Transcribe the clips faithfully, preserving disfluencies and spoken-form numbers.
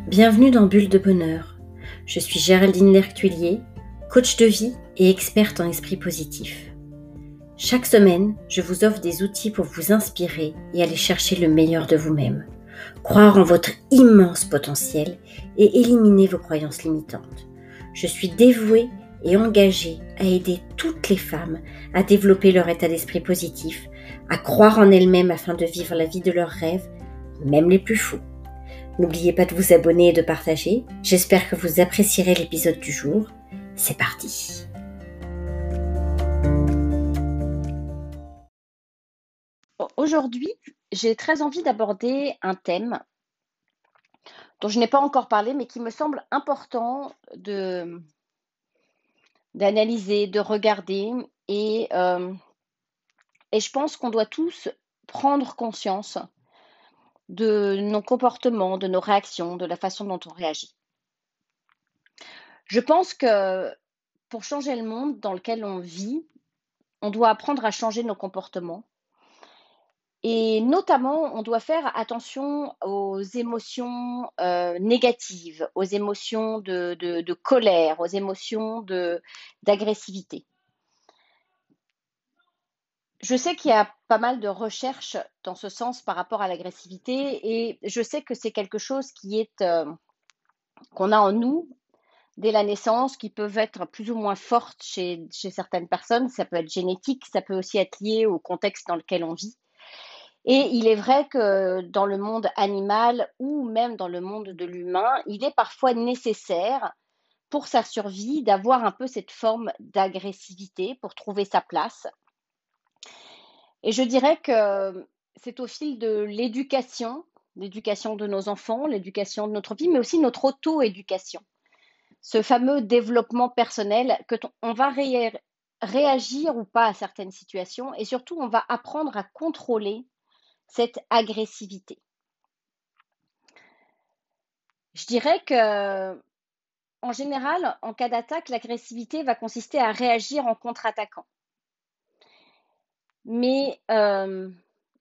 Bienvenue dans Bulle de Bonheur. Je suis Géraldine Lertuillier, coach de vie et experte en esprit positif. Chaque semaine, je vous offre des outils pour vous inspirer et aller chercher le meilleur de vous-même, croire en votre immense potentiel et éliminer vos croyances limitantes. Je suis dévouée et engagée à aider toutes les femmes à développer leur état d'esprit positif, à croire en elles-mêmes afin de vivre la vie de leurs rêves, même les plus fous. N'oubliez pas de vous abonner et de partager. J'espère que vous apprécierez l'épisode du jour. C'est parti. Aujourd'hui, j'ai très envie d'aborder un thème dont je n'ai pas encore parlé, mais qui me semble important de, d'analyser, de regarder. Et, euh, et je pense qu'on doit tous prendre conscience de nos comportements, de nos réactions, de la façon dont on réagit. Je pense que pour changer le monde dans lequel on vit, on doit apprendre à changer nos comportements. Et notamment, on doit faire attention aux émotions euh, négatives, aux émotions de, de, de colère, aux émotions de, d'agressivité. Je sais qu'il y a pas mal de recherches dans ce sens par rapport à l'agressivité et je sais que c'est quelque chose qui est, euh, qu'on a en nous dès la naissance, qui peuvent être plus ou moins fortes chez, chez certaines personnes. Ça peut être génétique, ça peut aussi être lié au contexte dans lequel on vit. Et il est vrai que dans le monde animal ou même dans le monde de l'humain, il est parfois nécessaire pour sa survie d'avoir un peu cette forme d'agressivité pour trouver sa place. Et je dirais que c'est au fil de l'éducation, l'éducation de nos enfants, l'éducation de notre vie, mais aussi notre auto-éducation. Ce fameux développement personnel que t- on va ré- réagir ou pas à certaines situations et surtout on va apprendre à contrôler cette agressivité. Je dirais que, en général, en cas d'attaque, l'agressivité va consister à réagir en contre-attaquant. Mais euh,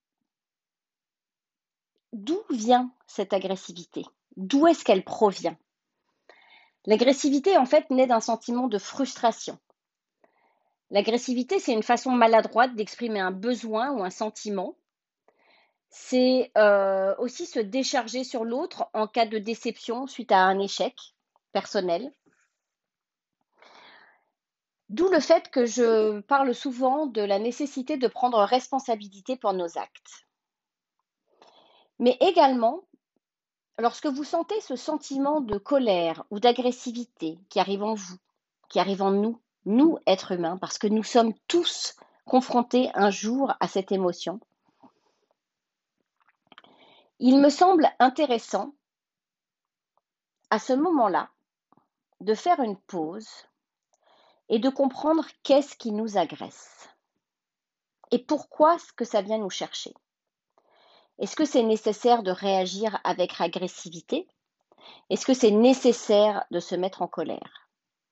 d'où vient cette agressivité? D'où est-ce qu'elle provient? L'agressivité, en fait, naît d'un sentiment de frustration. L'agressivité, c'est une façon maladroite d'exprimer un besoin ou un sentiment. C'est euh, aussi se décharger sur l'autre en cas de déception suite à un échec personnel. D'où le fait que je parle souvent de la nécessité de prendre responsabilité pour nos actes. Mais également, lorsque vous sentez ce sentiment de colère ou d'agressivité qui arrive en vous, qui arrive en nous, nous, êtres humains, parce que nous sommes tous confrontés un jour à cette émotion, il me semble intéressant, à ce moment-là, de faire une pause et de comprendre qu'est-ce qui nous agresse et pourquoi est-ce que ça vient nous chercher. Est-ce que c'est nécessaire de réagir avec agressivité? Est-ce que c'est nécessaire de se mettre en colère?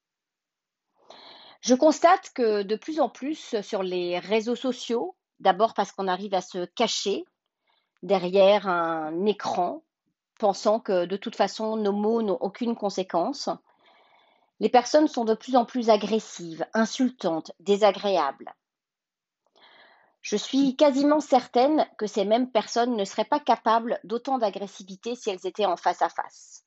Je constate que de plus en plus sur les réseaux sociaux, d'abord parce qu'on arrive à se cacher derrière un écran, pensant que de toute façon nos mots n'ont aucune conséquence, les personnes sont de plus en plus agressives, insultantes, désagréables. Je suis quasiment certaine que ces mêmes personnes ne seraient pas capables d'autant d'agressivité si elles étaient en face à face.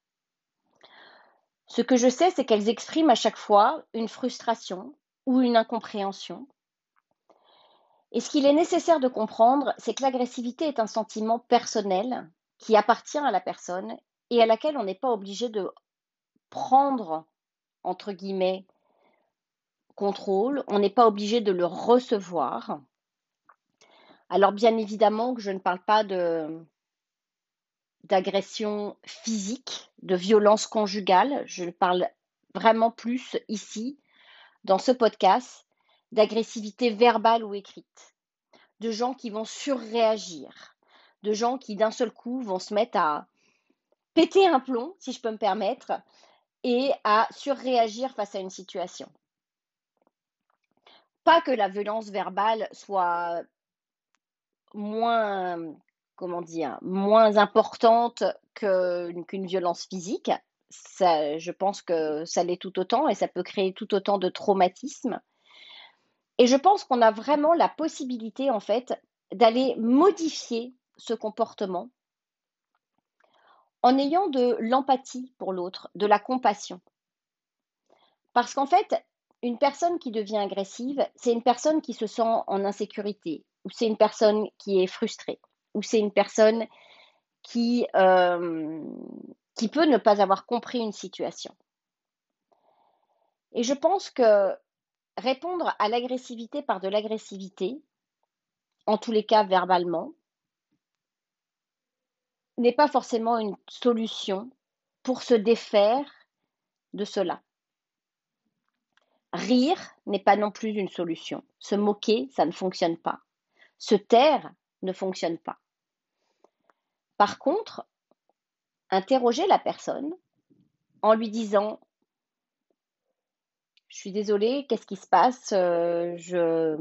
Ce que je sais, c'est qu'elles expriment à chaque fois une frustration ou une incompréhension. Et ce qu'il est nécessaire de comprendre, c'est que l'agressivité est un sentiment personnel qui appartient à la personne et à laquelle on n'est pas obligé de prendre, entre guillemets, contrôle, on n'est pas obligé de le recevoir. Alors bien évidemment que je ne parle pas de, d'agression physique, de violence conjugale, je parle vraiment plus ici, dans ce podcast, d'agressivité verbale ou écrite, de gens qui vont surréagir, de gens qui d'un seul coup vont se mettre à péter un plomb, si je peux me permettre, et à surréagir face à une situation. Pas que la violence verbale soit moins, comment dire, moins importante que- qu'une violence physique. Ça, je pense que ça l'est tout autant et ça peut créer tout autant de traumatisme. Et je pense qu'on a vraiment la possibilité, en fait, d'aller modifier ce comportement en ayant de l'empathie pour l'autre, de la compassion. Parce qu'en fait, une personne qui devient agressive, c'est une personne qui se sent en insécurité, ou c'est une personne qui est frustrée, ou c'est une personne qui, euh, qui peut ne pas avoir compris une situation. Et je pense que répondre à l'agressivité par de l'agressivité, en tous les cas verbalement, n'est pas forcément une solution pour se défaire de cela. Rire n'est pas non plus une solution. Se moquer, ça ne fonctionne pas. Se taire ne fonctionne pas. Par contre, interroger la personne en lui disant: je suis désolée, qu'est-ce qui se passe? Euh, Je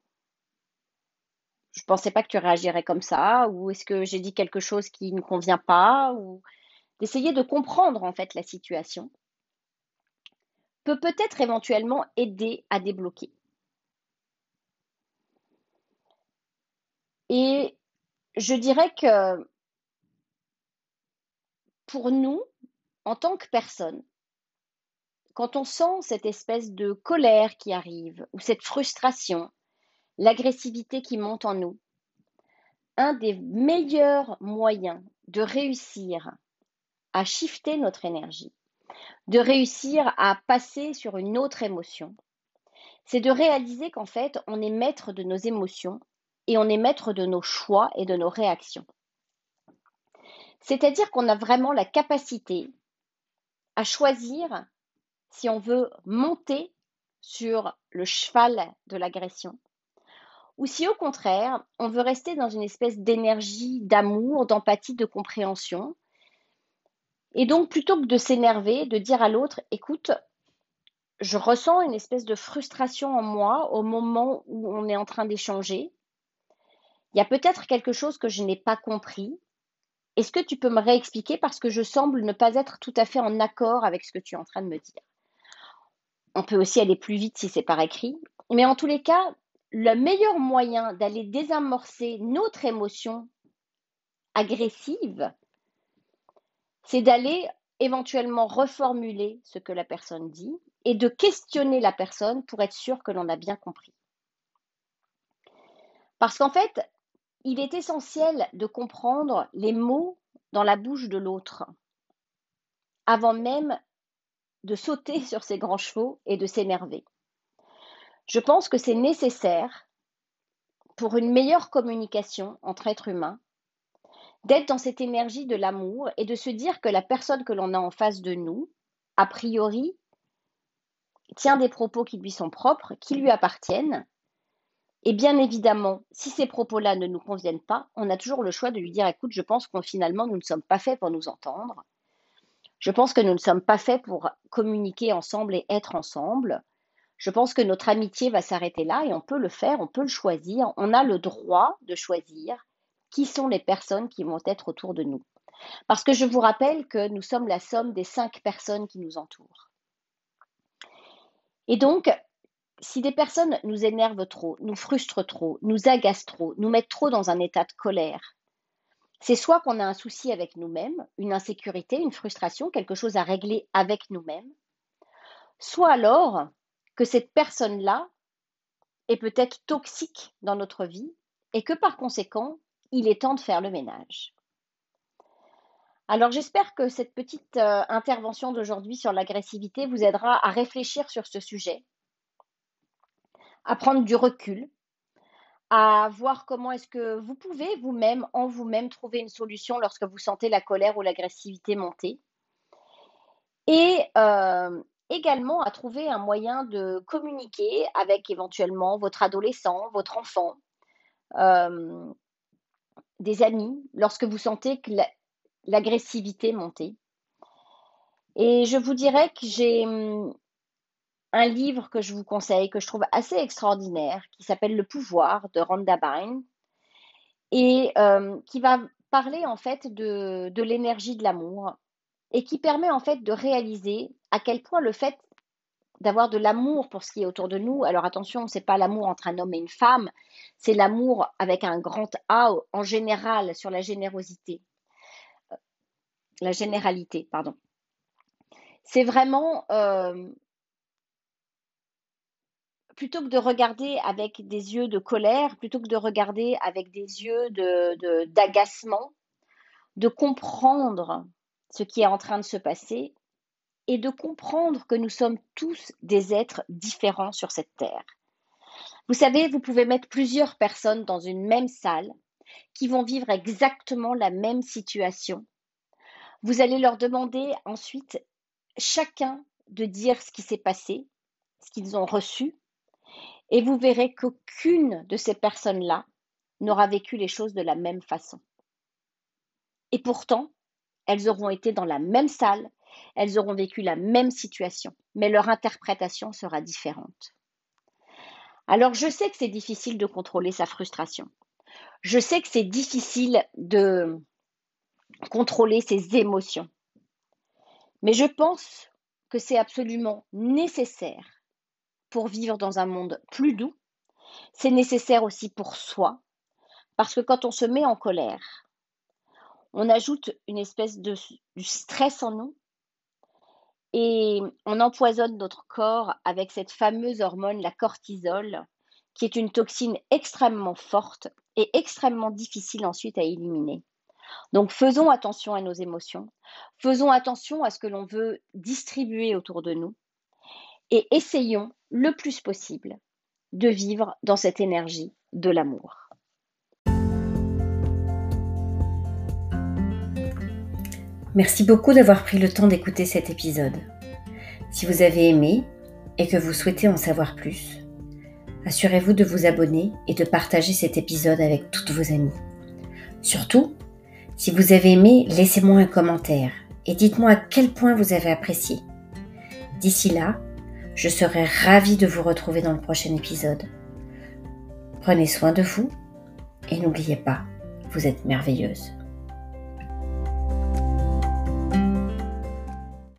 je pensais pas que tu réagirais comme ça, ou est-ce que j'ai dit quelque chose qui ne convient pas, ou d'essayer de comprendre en fait la situation peut peut-être éventuellement aider à débloquer. Et je dirais que pour nous, en tant que personne, quand on sent cette espèce de colère qui arrive, ou cette frustration, l'agressivité qui monte en nous, un des meilleurs moyens de réussir à shifter notre énergie, de réussir à passer sur une autre émotion, c'est de réaliser qu'en fait, on est maître de nos émotions et on est maître de nos choix et de nos réactions. C'est-à-dire qu'on a vraiment la capacité à choisir si on veut monter sur le cheval de l'agression ou si au contraire, on veut rester dans une espèce d'énergie, d'amour, d'empathie, de compréhension. Et donc, plutôt que de s'énerver, de dire à l'autre: écoute, je ressens une espèce de frustration en moi au moment où on est en train d'échanger. Il y a peut-être quelque chose que je n'ai pas compris. Est-ce que tu peux me réexpliquer parce que je semble ne pas être tout à fait en accord avec ce que tu es en train de me dire? On peut aussi aller plus vite si c'est par écrit. Mais en tous les cas, le meilleur moyen d'aller désamorcer notre émotion agressive, c'est d'aller éventuellement reformuler ce que la personne dit et de questionner la personne pour être sûr que l'on a bien compris. Parce qu'en fait, il est essentiel de comprendre les mots dans la bouche de l'autre avant même de sauter sur ses grands chevaux et de s'énerver. Je pense que c'est nécessaire pour une meilleure communication entre êtres humains d'être dans cette énergie de l'amour et de se dire que la personne que l'on a en face de nous, a priori, tient des propos qui lui sont propres, qui lui appartiennent. Et bien évidemment, si ces propos-là ne nous conviennent pas, on a toujours le choix de lui dire: écoute, je pense qu'on finalement, nous ne sommes pas faits pour nous entendre. Je pense que nous ne sommes pas faits pour communiquer ensemble et être ensemble. Je pense que notre amitié va s'arrêter là et on peut le faire, on peut le choisir. On a le droit de choisir qui sont les personnes qui vont être autour de nous. Parce que je vous rappelle que nous sommes la somme des cinq personnes qui nous entourent. Et donc, si des personnes nous énervent trop, nous frustrent trop, nous agacent trop, nous mettent trop dans un état de colère, c'est soit qu'on a un souci avec nous-mêmes, une insécurité, une frustration, quelque chose à régler avec nous-mêmes, soit alors que cette personne-là est peut-être toxique dans notre vie et que par conséquent, il est temps de faire le ménage. Alors j'espère que cette petite euh, intervention d'aujourd'hui sur l'agressivité vous aidera à réfléchir sur ce sujet, à prendre du recul, à voir comment est-ce que vous pouvez vous-même, en vous-même, trouver une solution lorsque vous sentez la colère ou l'agressivité monter. Et euh, également à trouver un moyen de communiquer avec éventuellement votre adolescent, votre enfant, euh, des amis, lorsque vous sentez que la- l'agressivité monter. Et je vous dirais que j'ai hum, un livre que je vous conseille, que je trouve assez extraordinaire, qui s'appelle Le pouvoir de Rhonda Byrne, et euh, qui va parler en fait de, de l'énergie de l'amour et qui permet en fait de réaliser à quel point le fait d'avoir de l'amour pour ce qui est autour de nous, alors attention, c'est pas l'amour entre un homme et une femme, c'est l'amour avec un grand A en général, sur la générosité, la généralité, pardon. C'est vraiment, euh, plutôt que de regarder avec des yeux de colère, plutôt que de regarder avec des yeux de, de- d'agacement, de comprendre ce qui est en train de se passer et de comprendre que nous sommes tous des êtres différents sur cette terre. Vous savez, vous pouvez mettre plusieurs personnes dans une même salle qui vont vivre exactement la même situation. Vous allez leur demander ensuite chacun de dire ce qui s'est passé, ce qu'ils ont reçu, et vous verrez qu'aucune de ces personnes-là n'aura vécu les choses de la même façon. Et pourtant, elles auront été dans la même salle, elles auront vécu la même situation, mais leur interprétation sera différente. Alors, je sais que c'est difficile de contrôler sa frustration. Je sais que c'est difficile de contrôler ses émotions. Mais je pense que c'est absolument nécessaire pour vivre dans un monde plus doux. C'est nécessaire aussi pour soi, parce que quand on se met en colère, on ajoute une espèce de, de stress en nous et on empoisonne notre corps avec cette fameuse hormone, la cortisol, qui est une toxine extrêmement forte et extrêmement difficile ensuite à éliminer. Donc faisons attention à nos émotions, faisons attention à ce que l'on veut distribuer autour de nous et essayons le plus possible de vivre dans cette énergie de l'amour. Merci beaucoup d'avoir pris le temps d'écouter cet épisode. Si vous avez aimé et que vous souhaitez en savoir plus, assurez-vous de vous abonner et de partager cet épisode avec toutes vos amies. Surtout, si vous avez aimé, laissez-moi un commentaire et dites-moi à quel point vous avez apprécié. D'ici là, je serai ravie de vous retrouver dans le prochain épisode. Prenez soin de vous et n'oubliez pas, vous êtes merveilleuse.